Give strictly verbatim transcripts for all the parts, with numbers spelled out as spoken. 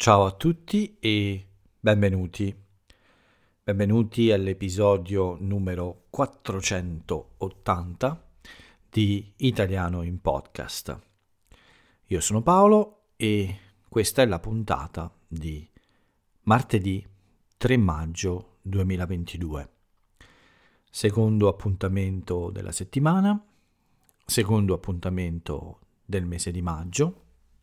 Ciao a tutti e benvenuti. Benvenuti all'episodio numero quattrocentottanta di Italiano in Podcast. Io sono Paolo e questa è la puntata di martedì tre maggio duemilaventidue. Secondo appuntamento della settimana, secondo appuntamento del mese di maggio.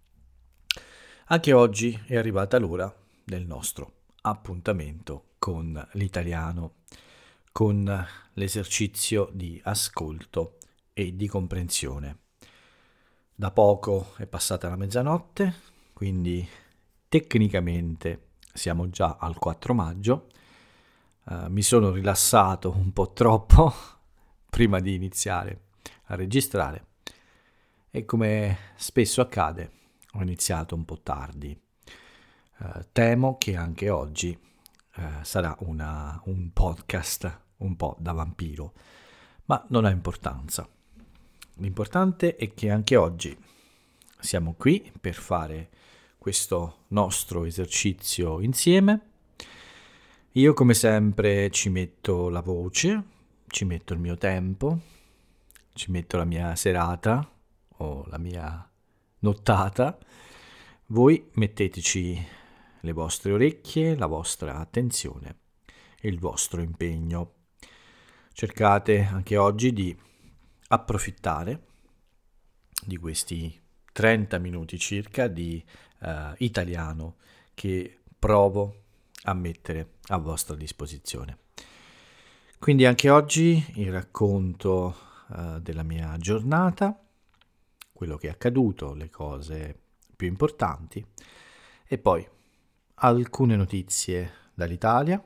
Anche oggi è arrivata l'ora del nostro appuntamento con l'italiano, con l'esercizio di ascolto e di comprensione. Da poco è passata la mezzanotte, quindi tecnicamente siamo già al quattro maggio. Uh, mi sono rilassato un po' troppo prima di iniziare a registrare e, come spesso accade, ho iniziato un po' tardi. Uh, temo che anche oggi uh, sarà una, un podcast un po' da vampiro, ma non ha importanza. L'importante è che anche oggi siamo qui per fare questo nostro esercizio insieme. Io, come sempre, ci metto la voce, ci metto il mio tempo, ci metto la mia serata o la mia nottata. Voi metteteci le vostre orecchie, la vostra attenzione e il vostro impegno. Cercate anche oggi di approfittare di questi trenta minuti circa di uh, italiano che provo a mettere a vostra disposizione. Quindi anche oggi il racconto uh, della mia giornata, quello che è accaduto, le cose più importanti e poi alcune notizie dall'Italia.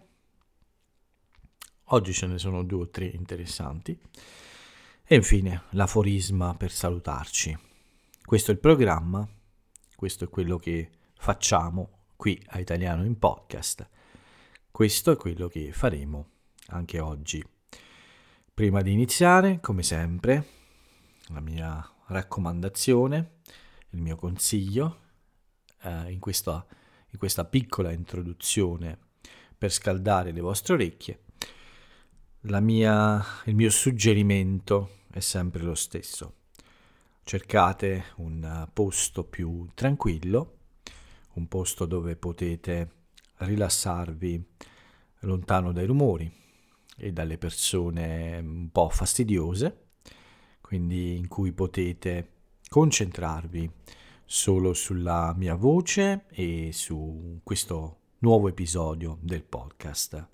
Oggi ce ne sono due o tre interessanti e infine l'aforisma per salutarci. Questo è il programma, questo è quello che facciamo qui a Italiano in Podcast, questo è quello che faremo anche oggi. Prima di iniziare, come sempre, la mia raccomandazione, il mio consiglio eh, in, questa, in questa piccola introduzione per scaldare le vostre orecchie. La mia, il mio suggerimento è sempre lo stesso. Cercate un posto più tranquillo, un posto dove potete rilassarvi lontano dai rumori e dalle persone un po' fastidiose, quindi in cui potete concentrarvi solo sulla mia voce e su questo nuovo episodio del podcast.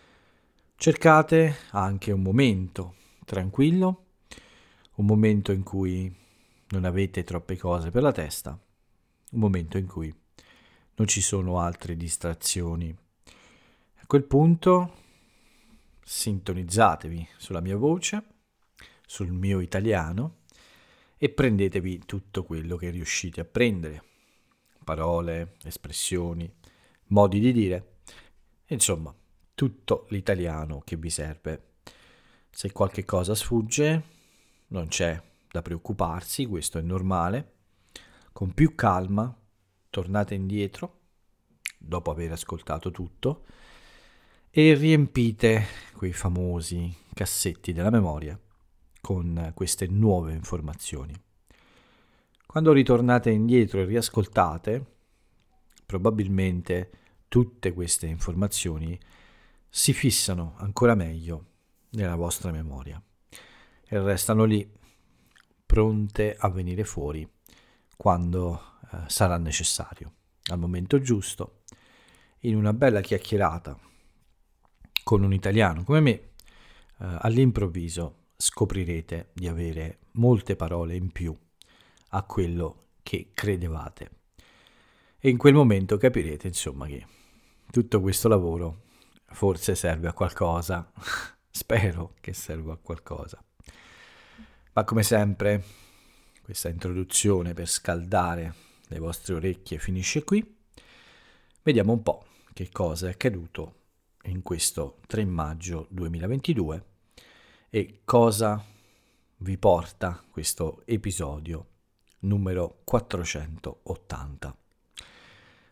Cercate anche un momento tranquillo, un momento in cui non avete troppe cose per la testa, un momento in cui non ci sono altre distrazioni. A quel punto sintonizzatevi sulla mia voce, sul mio italiano e prendetevi tutto quello che riuscite a prendere. Parole, espressioni, modi di dire, insomma, tutto l'italiano che vi serve. Se qualche cosa sfugge, non c'è da preoccuparsi, questo è normale. Con più calma, tornate indietro, dopo aver ascoltato tutto, e riempite quei famosi cassetti della memoria con queste nuove informazioni. Quando ritornate indietro e riascoltate, probabilmente tutte queste informazioni si fissano ancora meglio nella vostra memoria e restano lì, pronte a venire fuori quando eh, sarà necessario, al momento giusto, in una bella chiacchierata con un italiano come me. eh, all'improvviso scoprirete di avere molte parole in più a quello che credevate e in quel momento capirete, insomma, che tutto questo lavoro forse serve a qualcosa. Spero che serva a qualcosa. Ma come sempre, questa introduzione per scaldare le vostre orecchie finisce qui. Vediamo un po' che cosa è accaduto in questo tre maggio duemilaventidue e cosa vi porta questo episodio numero quattrocentottanta.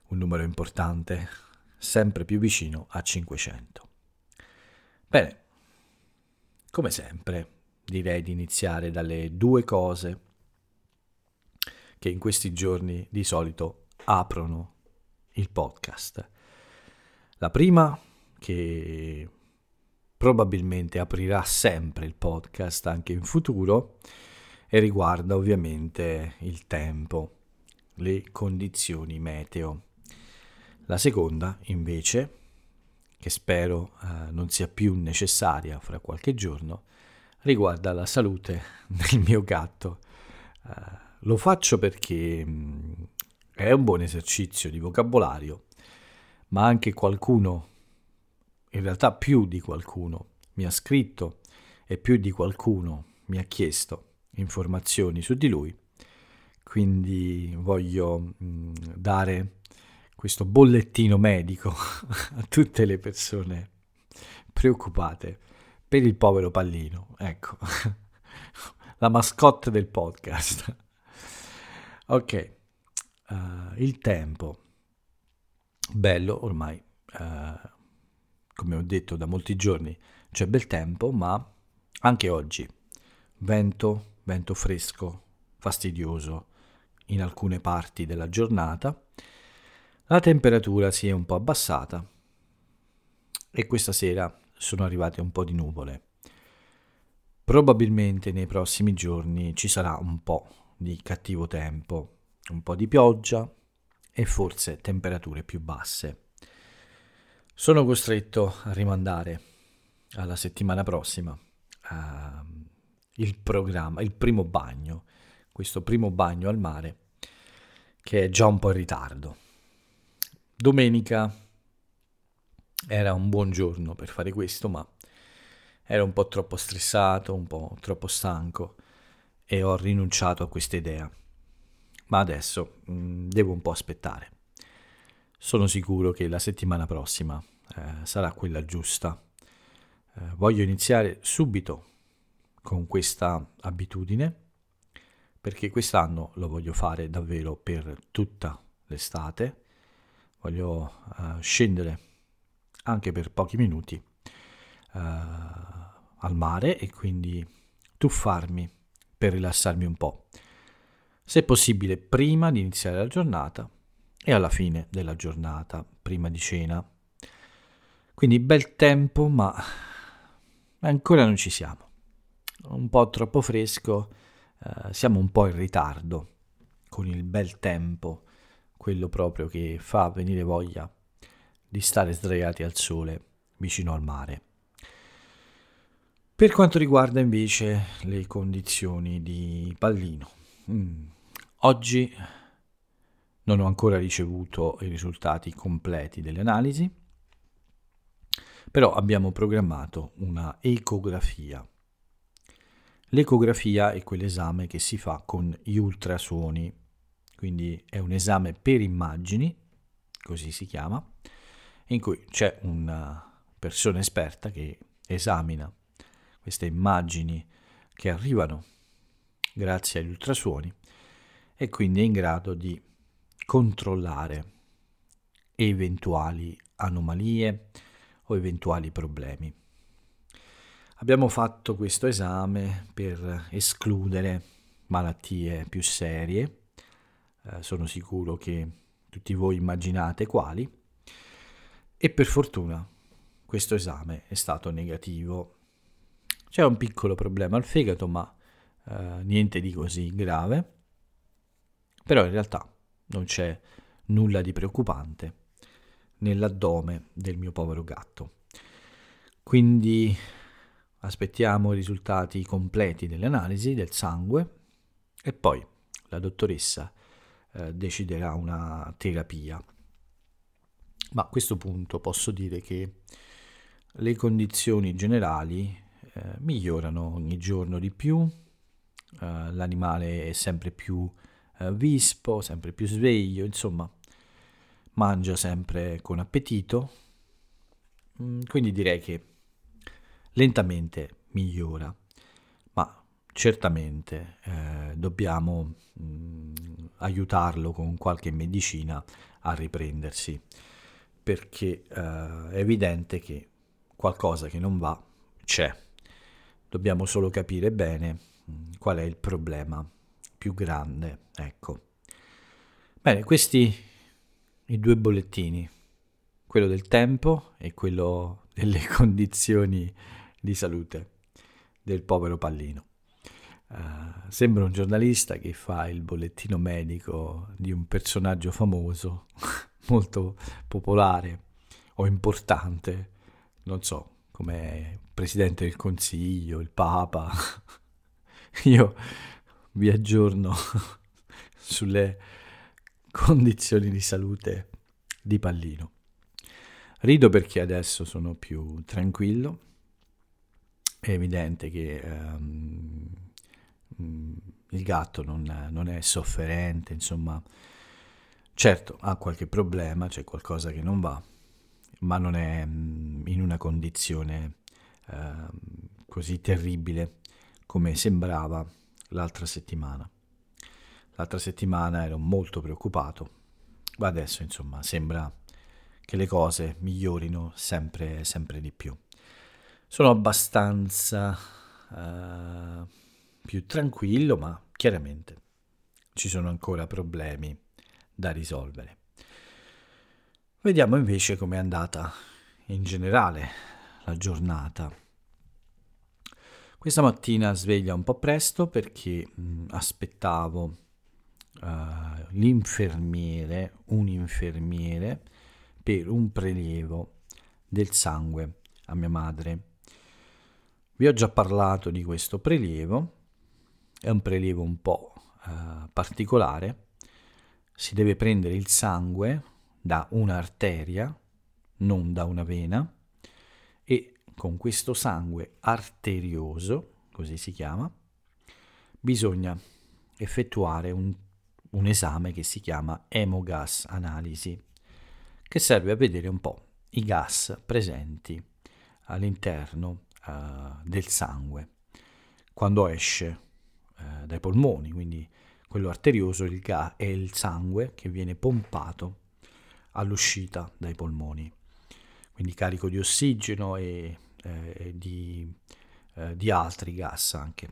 un numero importante, sempre più vicino a cinquecento. Bene, come sempre direi di iniziare dalle due cose che in questi giorni di solito aprono il podcast. La prima, che probabilmente aprirà sempre il podcast anche in futuro, e riguarda ovviamente il tempo, le condizioni meteo. La seconda, invece, che spero eh, non sia più necessaria fra qualche giorno, riguarda la salute del mio gatto. Uh, lo faccio perché mh, è un buon esercizio di vocabolario, ma anche qualcuno, in realtà più di qualcuno, mi ha scritto e più di qualcuno mi ha chiesto informazioni su di lui, quindi voglio mh, dare questo bollettino medico a tutte le persone preoccupate per il povero Pallino, ecco, la mascotte del podcast. Ok, uh, il tempo, bello ormai, uh, come ho detto da molti giorni c'è bel tempo, ma anche oggi vento, vento fresco, fastidioso in alcune parti della giornata, la temperatura si è un po' abbassata e questa sera sono arrivate un po' di nuvole. Probabilmente nei prossimi giorni ci sarà un po' di cattivo tempo, un po' di pioggia e forse temperature più basse. Sono costretto a rimandare alla settimana prossima uh, il programma, il primo bagno, questo primo bagno al mare che è già un po' in ritardo. Domenica era un buon giorno per fare questo, ma ero un po' troppo stressato, un po' troppo stanco e ho rinunciato a questa idea. Ma adesso mh, devo un po' aspettare. Sono sicuro che la settimana prossima eh, sarà quella giusta. Eh, voglio iniziare subito con questa abitudine, perché quest'anno lo voglio fare davvero per tutta l'estate. Voglio uh, scendere anche per pochi minuti uh, al mare e quindi tuffarmi per rilassarmi un po'. Se possibile prima di iniziare la giornata e alla fine della giornata, prima di cena. Quindi bel tempo, ma ancora non ci siamo. Un po' troppo fresco, uh, siamo un po' in ritardo con il bel tempo, quello proprio che fa venire voglia di stare sdraiati al sole vicino al mare. Per quanto riguarda invece le condizioni di Pallino, mm, oggi non ho ancora ricevuto i risultati completi delle analisi, però abbiamo programmato una ecografia. L'ecografia è quell'esame che si fa con gli ultrasuoni, quindi è un esame per immagini, così si chiama, in cui c'è una persona esperta che esamina queste immagini che arrivano grazie agli ultrasuoni e quindi è in grado di controllare eventuali anomalie o eventuali problemi. Abbiamo fatto questo esame per escludere malattie più serie, eh, sono sicuro che tutti voi immaginate quali, e per fortuna questo esame è stato negativo. C'è un piccolo problema al fegato, ma eh, niente di così grave, però in realtà non c'è nulla di preoccupante nell'addome del mio povero gatto. Quindi aspettiamo i risultati completi delle analisi del sangue e poi la dottoressa eh, deciderà una terapia. Ma a questo punto posso dire che le condizioni generali eh, migliorano ogni giorno di più, eh, l'animale è sempre più eh, vispo, sempre più sveglio, insomma mangia sempre con appetito, mm, quindi direi che lentamente migliora, ma certamente eh, dobbiamo mh, aiutarlo con qualche medicina a riprendersi, perché eh, è evidente che qualcosa che non va c'è. Dobbiamo solo capire bene mh, qual è il problema più grande, ecco. Bene, questi i due bollettini, quello del tempo e quello delle condizioni di salute del povero Pallino. Uh, sembra un giornalista che fa il bollettino medico di un personaggio famoso, molto popolare o importante, non so, come il Presidente del Consiglio, il Papa. Io vi aggiorno sulle condizioni di salute di Pallino. Rido perché adesso sono più tranquillo. È evidente che um, il gatto non, non è sofferente, insomma, certo ha qualche problema, c'è qualcosa che non va, ma non è in una condizione uh, così terribile come sembrava l'altra settimana. L'altra settimana ero molto preoccupato, ma adesso insomma sembra che le cose migliorino sempre, sempre di più. Sono abbastanza uh, più tranquillo, ma chiaramente ci sono ancora problemi da risolvere. Vediamo invece com'è andata in generale la giornata. Questa mattina sveglia un po' presto perché mh, aspettavo uh, l'infermiere, un infermiere per un prelievo del sangue a mia madre. Vi ho già parlato di questo prelievo, è un prelievo un po' uh, particolare, si deve prendere il sangue da un'arteria, non da una vena, e con questo sangue arterioso, così si chiama, bisogna effettuare un, un esame che si chiama emogas analisi, che serve a vedere un po' i gas presenti all'interno uh, del sangue quando esce uh, dai polmoni, quindi quello arterioso il ga- è il sangue che viene pompato all'uscita dai polmoni, quindi carico di ossigeno e, eh, e di, eh, di altri gas anche.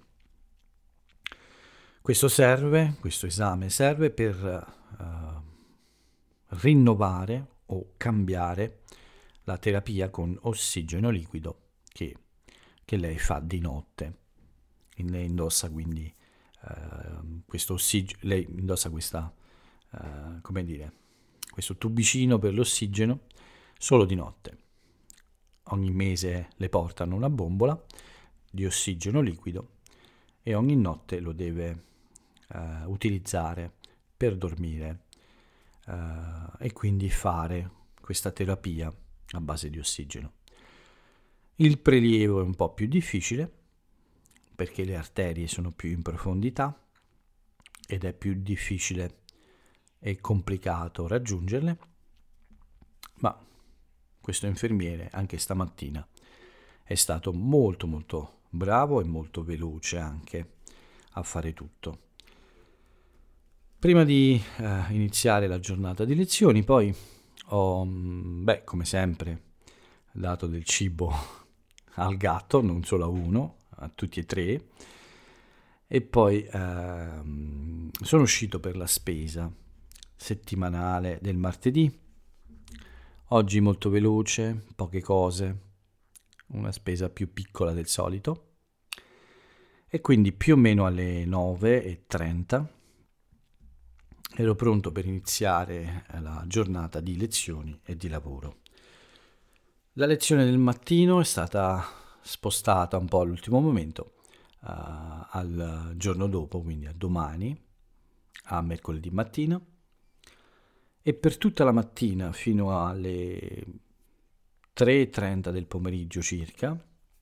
Questo serve, questo esame serve per uh, rinnovare o cambiare la terapia con ossigeno liquido che, che lei fa di notte. Lei indossa quindi uh, questo ossigeno, lei indossa questa, uh, come dire, questo tubicino per l'ossigeno solo di notte. Ogni mese le portano una bombola di ossigeno liquido e ogni notte lo deve uh, utilizzare per dormire uh, e quindi fare questa terapia a base di ossigeno. Il prelievo è un po' più difficile perché le arterie sono più in profondità ed è più difficile e complicato raggiungerle, ma questo infermiere anche stamattina è stato molto molto bravo e molto veloce anche a fare tutto. Prima di eh, iniziare la giornata di lezioni poi ho, beh, come sempre, dato del cibo al gatto, non solo a uno, a tutti e tre, e poi ehm, sono uscito per la spesa settimanale del martedì. Oggi molto veloce, poche cose, una spesa più piccola del solito, e quindi più o meno alle nove e trenta ero pronto per iniziare la giornata di lezioni e di lavoro. La lezione del mattino è stata spostata un po' all'ultimo momento, uh, al giorno dopo, quindi a domani, a mercoledì mattina, e per tutta la mattina fino alle tre e trenta del pomeriggio circa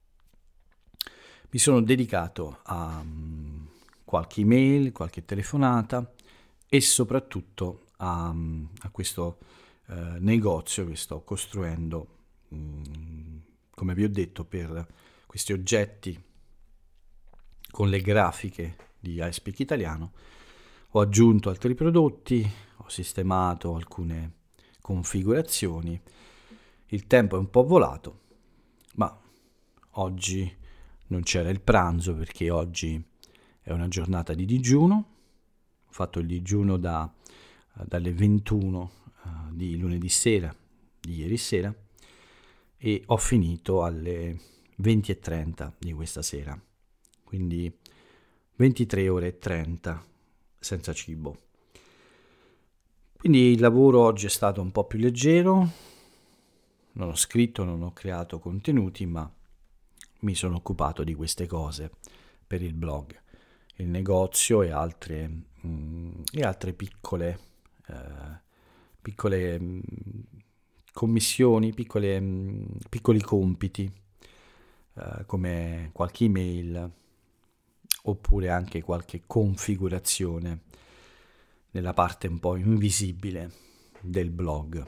mi sono dedicato a um, qualche email, qualche telefonata e soprattutto a, a questo uh, negozio che sto costruendo, um, come vi ho detto, per questi oggetti con le grafiche di iSpeak Italiano, ho aggiunto altri prodotti, ho sistemato alcune configurazioni, il tempo è un po' volato, ma oggi non c'era il pranzo perché oggi è una giornata di digiuno, ho fatto il digiuno da, dalle ventuno uh, di lunedì sera, di ieri sera, e ho finito alle venti e trenta di questa sera, quindi ventitré ore e trenta senza cibo. Quindi il lavoro oggi è stato un po' più leggero, non ho scritto, non ho creato contenuti, ma mi sono occupato di queste cose per il blog, il negozio e altre, mh, e altre piccole, eh, piccole mh, commissioni, piccole, mh, piccoli compiti, eh, come qualche email oppure anche qualche configurazione nella parte un po' invisibile del blog.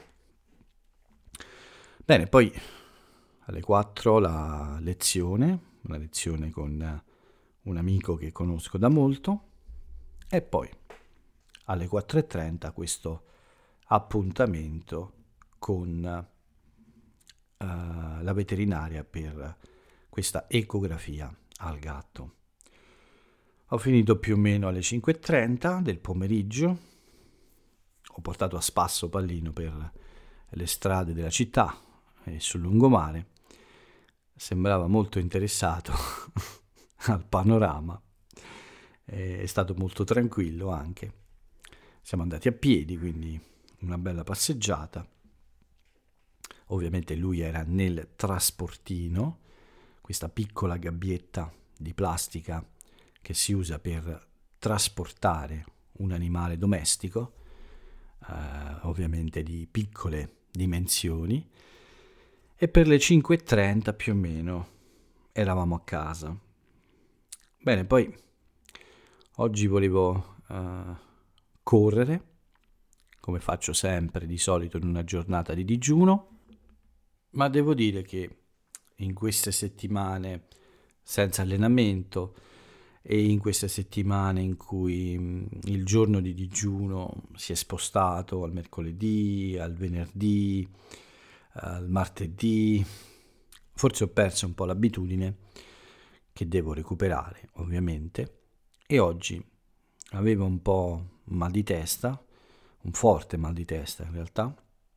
Bene, poi alle quattro la lezione, una lezione con un amico che conosco da molto, e poi alle quattro e trenta questo appuntamento con uh, la veterinaria per questa ecografia al gatto. Ho finito più o meno alle cinque e trenta del pomeriggio, ho portato a spasso Pallino per le strade della città e sul lungomare, sembrava molto interessato al panorama, è stato molto tranquillo anche, siamo andati a piedi, quindi una bella passeggiata, ovviamente lui era nel trasportino, questa piccola gabbietta di plastica che si usa per trasportare un animale domestico, eh, ovviamente di piccole dimensioni, e per le cinque e trenta più o meno eravamo a casa. Bene, poi oggi volevo uh, correre, come faccio sempre di solito in una giornata di digiuno, ma devo dire che in queste settimane senza allenamento e in queste settimane in cui mh, il giorno di digiuno si è spostato al mercoledì, al venerdì, al martedì, forse ho perso un po' l'abitudine che devo recuperare ovviamente, e oggi avevo un po' mal di testa, un forte mal di testa in realtà,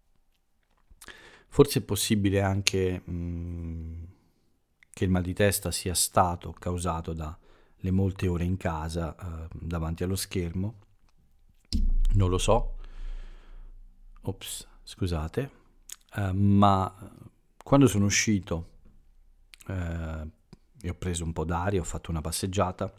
forse è possibile anche mh, che il mal di testa sia stato causato da le molte ore in casa eh, davanti allo schermo, non lo so, ops, scusate, eh, ma quando sono uscito eh, e ho preso un po' d'aria, ho fatto una passeggiata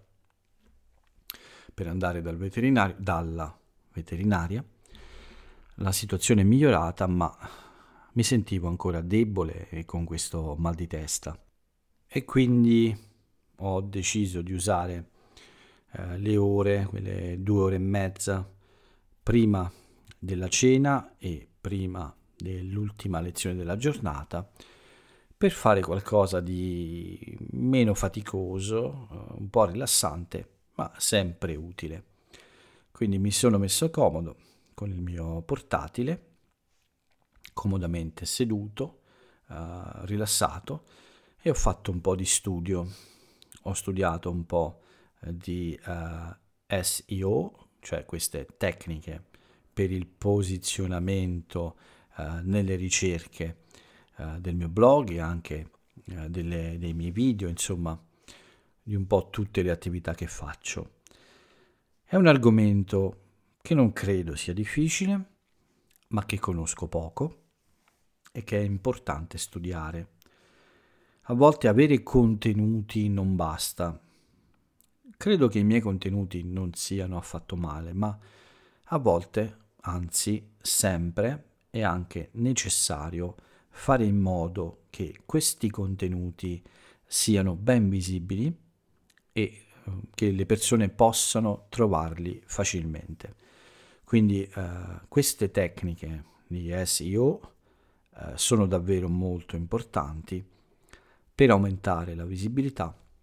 per andare dal veterinario, dalla veterinaria, la situazione è migliorata, ma mi sentivo ancora debole e con questo mal di testa, e quindi ho deciso di usare eh, le ore, quelle due ore e mezza prima della cena e prima dell'ultima lezione della giornata per fare qualcosa di meno faticoso, un po' rilassante, ma sempre utile. Quindi mi sono messo comodo con il mio portatile, comodamente seduto, eh, rilassato, e ho fatto un po' di studio. Ho studiato un po' di uh, S E O, cioè queste tecniche per il posizionamento uh, nelle ricerche uh, del mio blog e anche uh, delle, dei miei video, insomma, di un po' tutte le attività che faccio. È un argomento che non credo sia difficile, ma che conosco poco e che è importante studiare. A volte avere contenuti non basta. Credo che i miei contenuti non siano affatto male, ma a volte, anzi sempre, è anche necessario fare in modo che questi contenuti siano ben visibili e che le persone possano trovarli facilmente. Quindi eh, queste tecniche di S E O eh, sono davvero molto importanti per aumentare la visibilità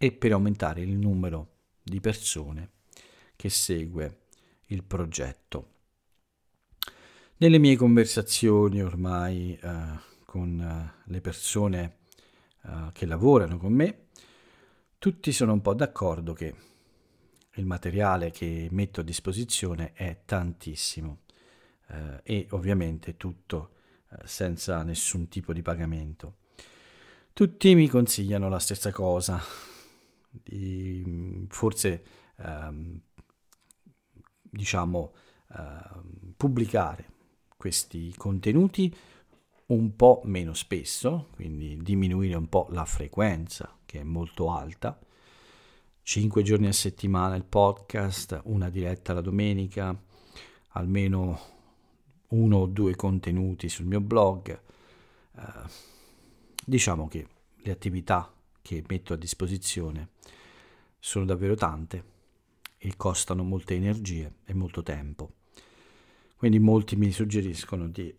e per aumentare il numero di persone che segue il progetto. Nelle mie conversazioni ormai eh, con eh, le persone eh, che lavorano con me, tutti sono un po' d'accordo che il materiale che metto a disposizione è tantissimo eh, e ovviamente tutto eh, senza nessun tipo di pagamento. Tutti mi consigliano la stessa cosa, di forse ehm, diciamo ehm, pubblicare questi contenuti un po' meno spesso, quindi diminuire un po' la frequenza che è molto alta, cinque giorni a settimana il podcast, una diretta la domenica, almeno uno o due contenuti sul mio blog. Eh, diciamo che le attività che metto a disposizione sono davvero tante e costano molte energie e molto tempo. Quindi molti mi suggeriscono di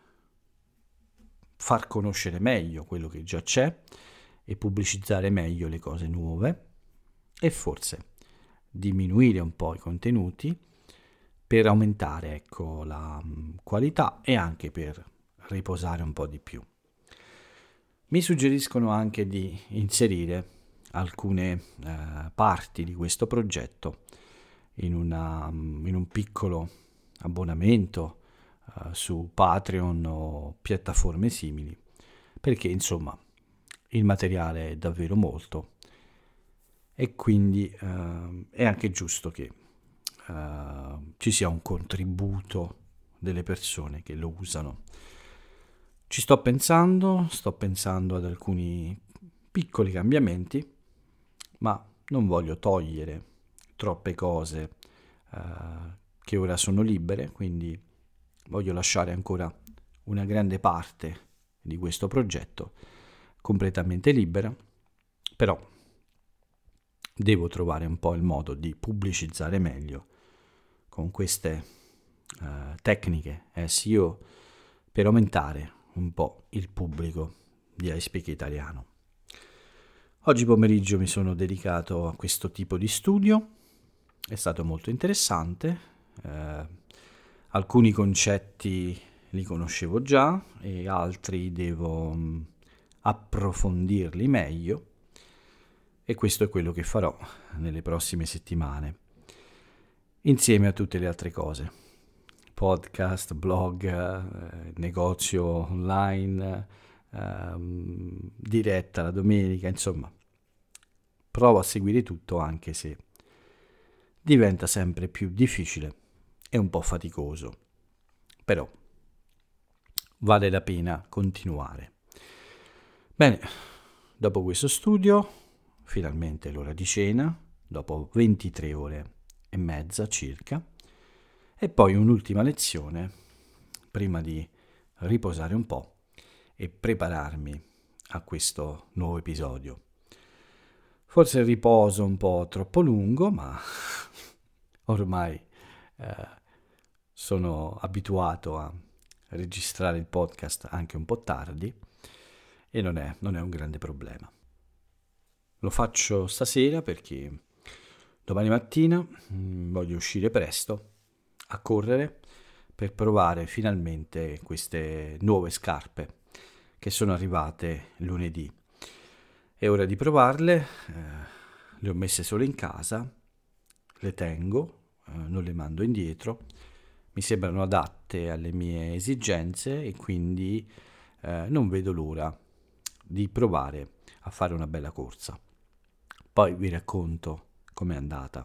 far conoscere meglio quello che già c'è e pubblicizzare meglio le cose nuove e forse diminuire un po' i contenuti per aumentare, ecco, la qualità e anche per riposare un po' di più. Mi suggeriscono anche di inserire alcune eh, parti di questo progetto in, una, in un piccolo abbonamento uh, su Patreon o piattaforme simili, perché insomma il materiale è davvero molto e quindi uh, è anche giusto che uh, ci sia un contributo delle persone che lo usano. Ci sto pensando, sto pensando ad alcuni piccoli cambiamenti, ma non voglio togliere troppe cose uh, che ora sono libere, quindi voglio lasciare ancora una grande parte di questo progetto completamente libera, però devo trovare un po' il modo di pubblicizzare meglio con queste uh, tecniche S E O per aumentare un po' il pubblico di iSpeak Italiano. Oggi pomeriggio mi sono dedicato a questo tipo di studio, è stato molto interessante, eh, alcuni concetti li conoscevo già e altri devo mh, approfondirli meglio e questo è quello che farò nelle prossime settimane, insieme a tutte le altre cose. Podcast, blog, eh, negozio online, ehm, diretta la domenica, insomma, provo a seguire tutto anche se diventa sempre più difficile e un po' faticoso, però vale la pena continuare. Bene, dopo questo studio, finalmente l'ora di cena, dopo ventitré ore e mezza circa, e poi un'ultima lezione prima di riposare un po' e prepararmi a questo nuovo episodio. Forse il riposo un po' troppo lungo, ma ormai eh, sono abituato a registrare il podcast anche un po' tardi e non è, non è un grande problema. Lo faccio stasera perché domani mattina mh, voglio uscire presto a correre per provare finalmente queste nuove scarpe che sono arrivate lunedì. È ora di provarle, eh, le ho messe solo in casa, le tengo, eh, non le mando indietro, mi sembrano adatte alle mie esigenze e quindi eh, non vedo l'ora di provare a fare una bella corsa. Poi vi racconto com'è andata.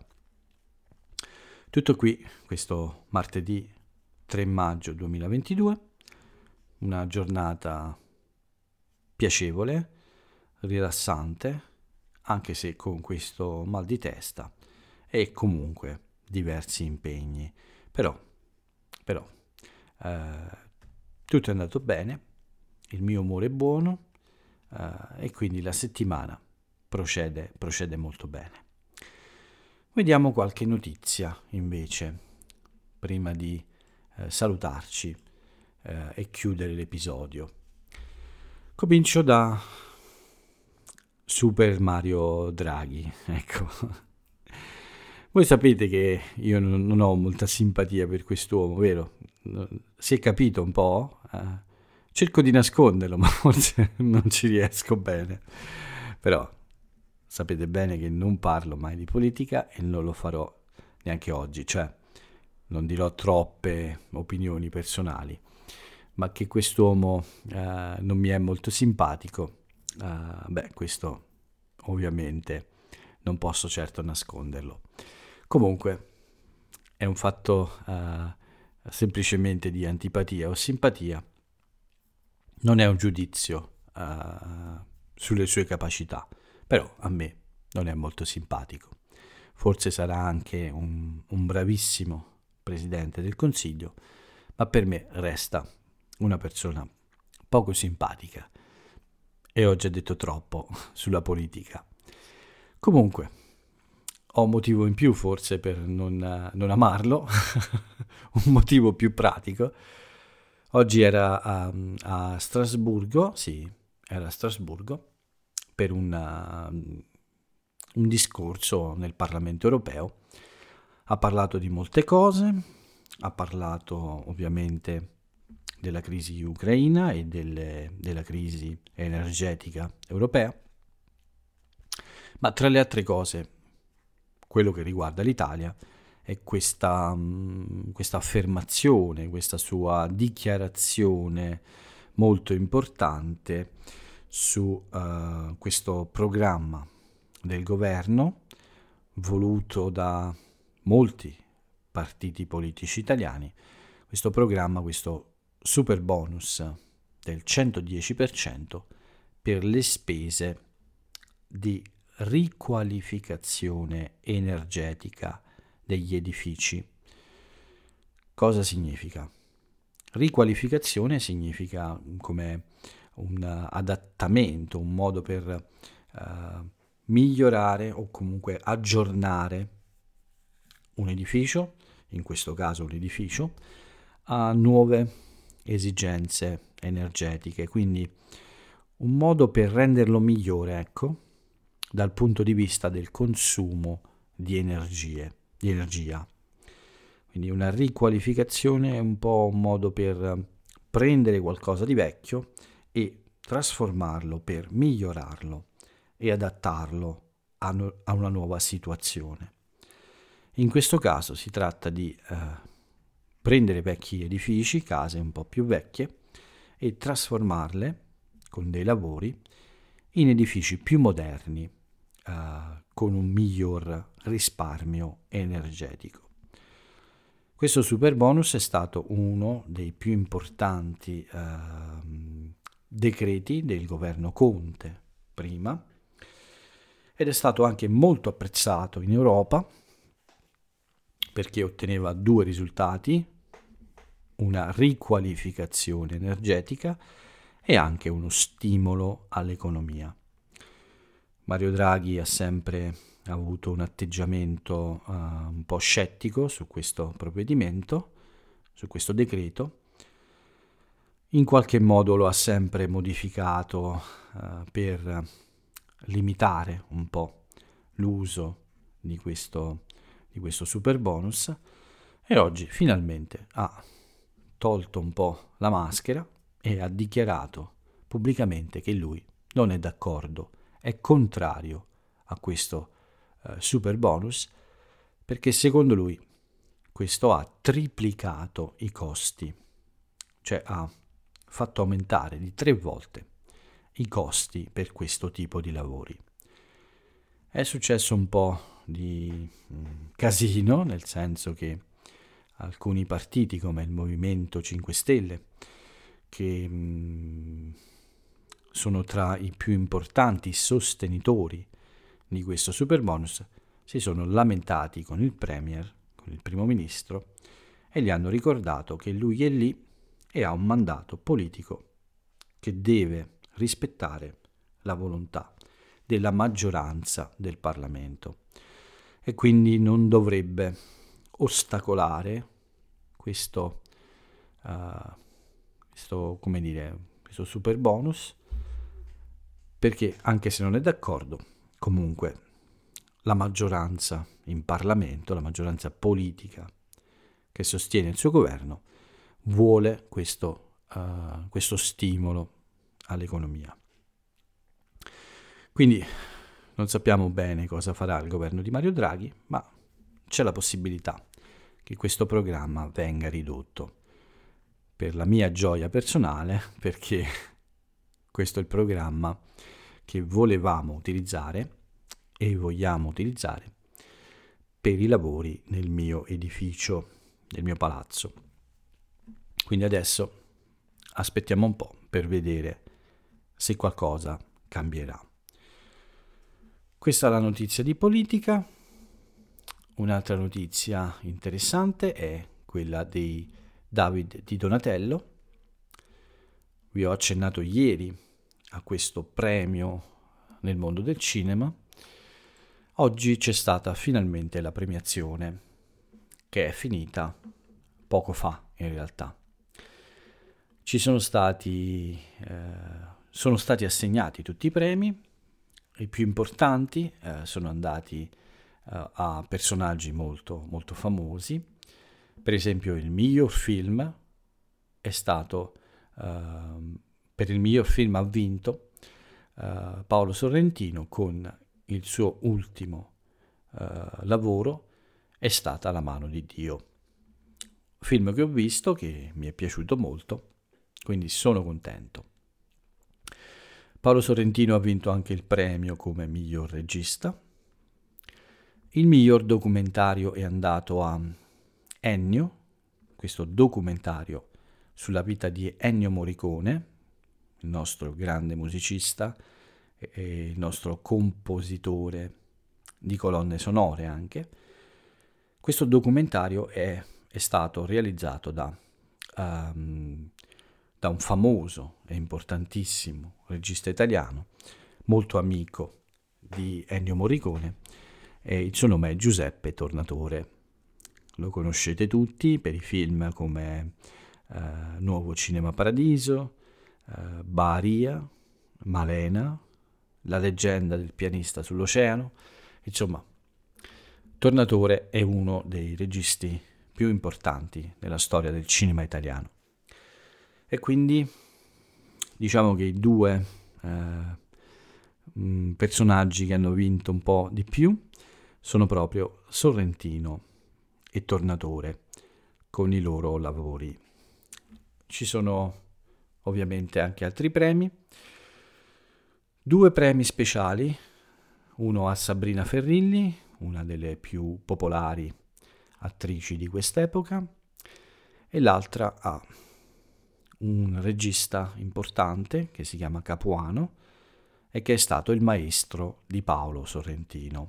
Tutto qui questo martedì tre maggio duemilaventidue, una giornata piacevole, rilassante, anche se con questo mal di testa e comunque diversi impegni, però, però eh, tutto è andato bene, il mio umore è buono eh, e quindi la settimana procede, procede molto bene. Vediamo qualche notizia invece prima di eh, salutarci eh, e chiudere l'episodio. Comincio da Super Mario Draghi, ecco. Voi sapete che io non, non ho molta simpatia per quest'uomo, vero? Si è capito un po'? Eh, cerco di nasconderlo, ma forse non ci riesco bene. Però sapete bene che non parlo mai di politica e non lo farò neanche oggi, cioè non dirò troppe opinioni personali, ma che quest'uomo eh, non mi è molto simpatico, eh, beh, questo ovviamente non posso certo nasconderlo. Comunque è un fatto eh, semplicemente di antipatia o simpatia, non è un giudizio eh, sulle sue capacità, però a me non è molto simpatico. Forse sarà anche un, un bravissimo presidente del Consiglio, ma per me resta una persona poco simpatica e ho già detto troppo sulla politica. Comunque, ho un motivo in più forse per non, non amarlo, un motivo più pratico. Oggi era a, a Strasburgo, sì, era a Strasburgo, per una, un discorso nel Parlamento europeo. Ha parlato di molte cose, ha parlato ovviamente della crisi ucraina e delle, della crisi energetica europea, ma tra le altre cose, quello che riguarda l'Italia è questa, mh, questa affermazione, questa sua dichiarazione molto importante su uh, questo programma del governo voluto da molti partiti politici italiani, questo programma, questo super bonus del centodieci per cento per le spese di riqualificazione energetica degli edifici. Cosa significa? Riqualificazione significa come un adattamento, un modo per uh, migliorare o comunque aggiornare un edificio, in questo caso un edificio, a nuove esigenze energetiche, quindi un modo per renderlo migliore, ecco, dal punto di vista del consumo di energie, di energia. Quindi una riqualificazione è un po' un modo per prendere qualcosa di vecchio e trasformarlo per migliorarlo e adattarlo a, no- a una nuova situazione. In questo caso si tratta di eh, prendere vecchi edifici, case un po' più vecchie, e trasformarle con dei lavori in edifici più moderni, eh, con un miglior risparmio energetico. Questo super bonus è stato uno dei più importanti eh, decreti del governo Conte prima ed è stato anche molto apprezzato in Europa perché otteneva due risultati, una riqualificazione energetica e anche uno stimolo all'economia. Mario Draghi ha sempre avuto un atteggiamento uh, un po' scettico su questo provvedimento, su questo decreto. In qualche modo lo ha sempre modificato uh, per limitare un po' l'uso di questo, di questo super bonus e oggi finalmente ha tolto un po' la maschera e ha dichiarato pubblicamente che lui non è d'accordo, è contrario a questo uh, super bonus perché secondo lui questo ha triplicato i costi, cioè ha fatto aumentare di tre volte i costi per questo tipo di lavori. È successo un po' di mh, casino, nel senso che alcuni partiti come il Movimento cinque Stelle, che mh, sono tra i più importanti sostenitori di questo super bonus, si sono lamentati con il Premier, con il Primo Ministro, e gli hanno ricordato che lui è lì e ha un mandato politico che deve rispettare la volontà della maggioranza del Parlamento e quindi non dovrebbe ostacolare questo, uh, questo, come dire, questo super bonus perché anche se non è d'accordo, comunque la maggioranza in Parlamento, la maggioranza politica che sostiene il suo governo, vuole questo, uh, questo stimolo all'economia. Quindi non sappiamo bene cosa farà il governo di Mario Draghi, ma c'è la possibilità che questo programma venga ridotto. Per la mia gioia personale, perché questo è il programma che volevamo utilizzare e vogliamo utilizzare per i lavori nel mio edificio, nel mio palazzo. Quindi adesso aspettiamo un po' per vedere se qualcosa cambierà. Questa è la notizia di politica. Un'altra notizia interessante è quella di David Di Donatello. Vi ho accennato ieri a questo premio nel mondo del cinema. Oggi c'è stata finalmente la premiazione, che è finita poco fa in realtà. Ci sono stati, eh, sono stati assegnati tutti i premi, i più importanti eh, sono andati eh, a personaggi molto, molto famosi. Per esempio il miglior film è stato, eh, per il miglior film ha vinto eh, Paolo Sorrentino con il suo ultimo eh, lavoro, È stata la mano di Dio. Film che ho visto, che mi è piaciuto molto, quindi sono contento. Paolo Sorrentino ha vinto anche il premio come miglior regista. Il miglior documentario è andato a Ennio, questo documentario sulla vita di Ennio Morricone, il nostro grande musicista e il nostro compositore di colonne sonore anche. Questo documentario è, è stato realizzato da, um, da un famoso e importantissimo regista italiano, molto amico di Ennio Morricone, e il suo nome è Giuseppe Tornatore. Lo conoscete tutti per i film come uh, Nuovo Cinema Paradiso, uh, Baria, Malena, La leggenda del pianista sull'oceano. Insomma, Tornatore è uno dei registi più importanti nella storia del cinema italiano. E quindi diciamo che i due eh, personaggi che hanno vinto un po' di più sono proprio Sorrentino e Tornatore con i loro lavori. Ci sono ovviamente anche altri premi. Due premi speciali, uno a Sabrina Ferrilli, una delle più popolari attrici di quest'epoca, e l'altra a un regista importante che si chiama Capuano e che è stato il maestro di Paolo Sorrentino.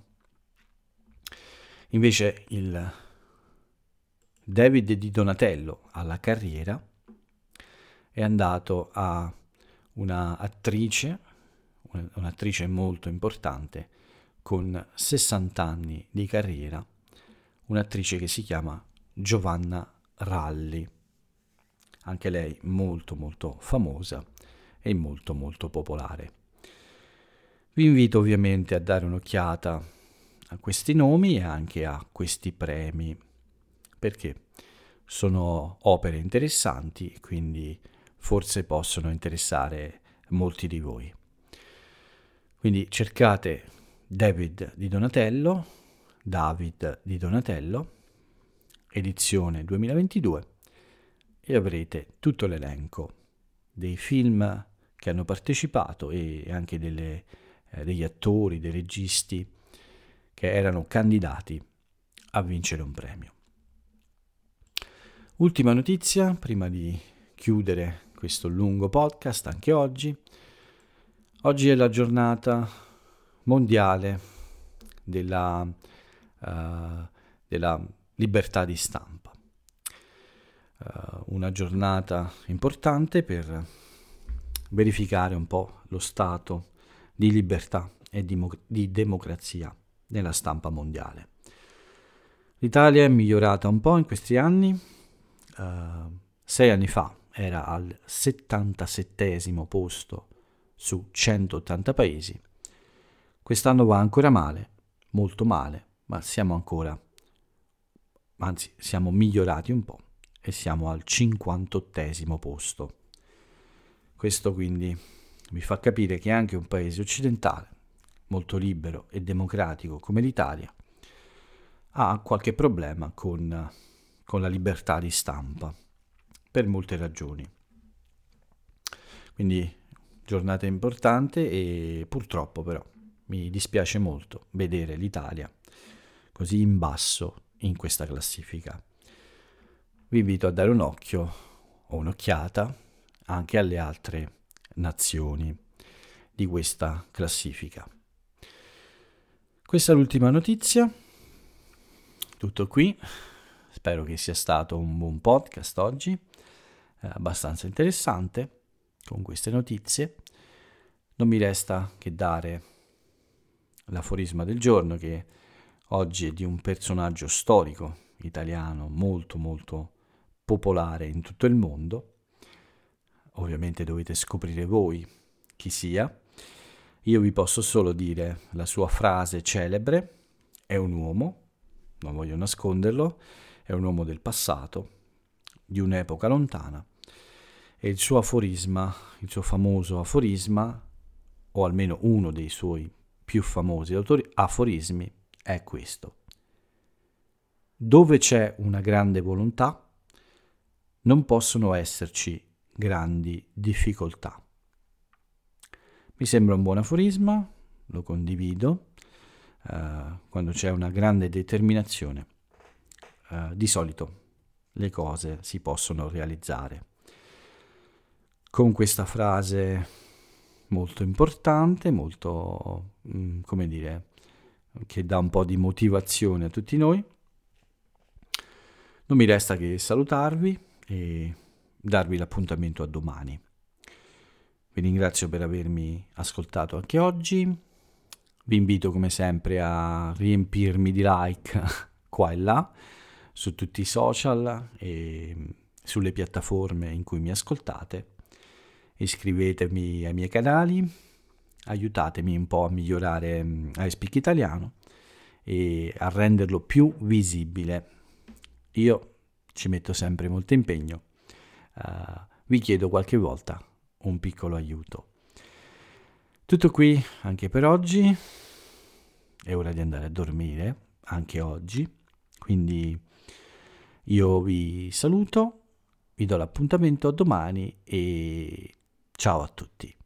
Invece il David Di Donatello alla carriera è andato a una attrice, un'attrice molto importante, con sessanta anni di carriera, un'attrice che si chiama Giovanna Ralli, anche lei molto molto famosa e molto molto popolare. Vi invito ovviamente a dare un'occhiata a questi nomi e anche a questi premi, perché sono opere interessanti e quindi forse possono interessare molti di voi. Quindi cercate David Di Donatello, David Di Donatello, edizione duemilaventidue, e avrete tutto l'elenco dei film che hanno partecipato e anche delle, eh, degli attori, dei registi che erano candidati a vincere un premio. Ultima notizia, prima di chiudere questo lungo podcast anche oggi. Oggi è la giornata mondiale della, uh, della libertà di stampa. Uh, una giornata importante per verificare un po' lo stato di libertà e di, mo- di democrazia nella stampa mondiale. L'Italia è migliorata un po' in questi anni. Uh, sei anni fa era al settantasettesimo posto su centottanta paesi. Quest'anno va ancora male, molto male, ma siamo ancora, anzi siamo migliorati un po' e siamo al cinquantottesimo posto. Questo quindi vi fa capire che anche un paese occidentale, molto libero e democratico come l'Italia, ha qualche problema con, con la libertà di stampa, per molte ragioni. Quindi giornata importante e purtroppo però mi dispiace molto vedere l'Italia così in basso in questa classifica. Vi invito a dare un occhio o un'occhiata anche alle altre nazioni di questa classifica. Questa è l'ultima notizia. Tutto qui. Spero che sia stato un buon podcast oggi, eh, abbastanza interessante con queste notizie. Non mi resta che dare l'aforisma del giorno, che oggi è di un personaggio storico italiano molto molto popolare in tutto il mondo. Ovviamente dovete scoprire voi chi sia. Io vi posso solo dire la sua frase celebre: è un uomo, non voglio nasconderlo, è un uomo del passato, di un'epoca lontana, e il suo aforisma, il suo famoso aforisma, o almeno uno dei suoi più famosi autori, aforismi, è questo: dove c'è una grande volontà non possono esserci grandi difficoltà. Mi sembra un buon aforisma, lo condivido. Uh, quando c'è una grande determinazione, uh, di solito le cose si possono realizzare. Con questa frase molto importante, molto, mh, come dire, che dà un po' di motivazione a tutti noi, non mi resta che salutarvi e darvi l'appuntamento a domani. Vi ringrazio per avermi ascoltato anche oggi. Vi invito come sempre a riempirmi di like qua e là su tutti i social e sulle piattaforme in cui mi ascoltate. Iscrivetevi ai miei canali, aiutatemi un po' a migliorare iSpeak Italiano e a renderlo più visibile. Io ci metto sempre molto impegno, uh, vi chiedo qualche volta un piccolo aiuto. Tutto qui anche per oggi. È ora di andare a dormire anche oggi, quindi io vi saluto, vi do l'appuntamento a domani e ciao a tutti.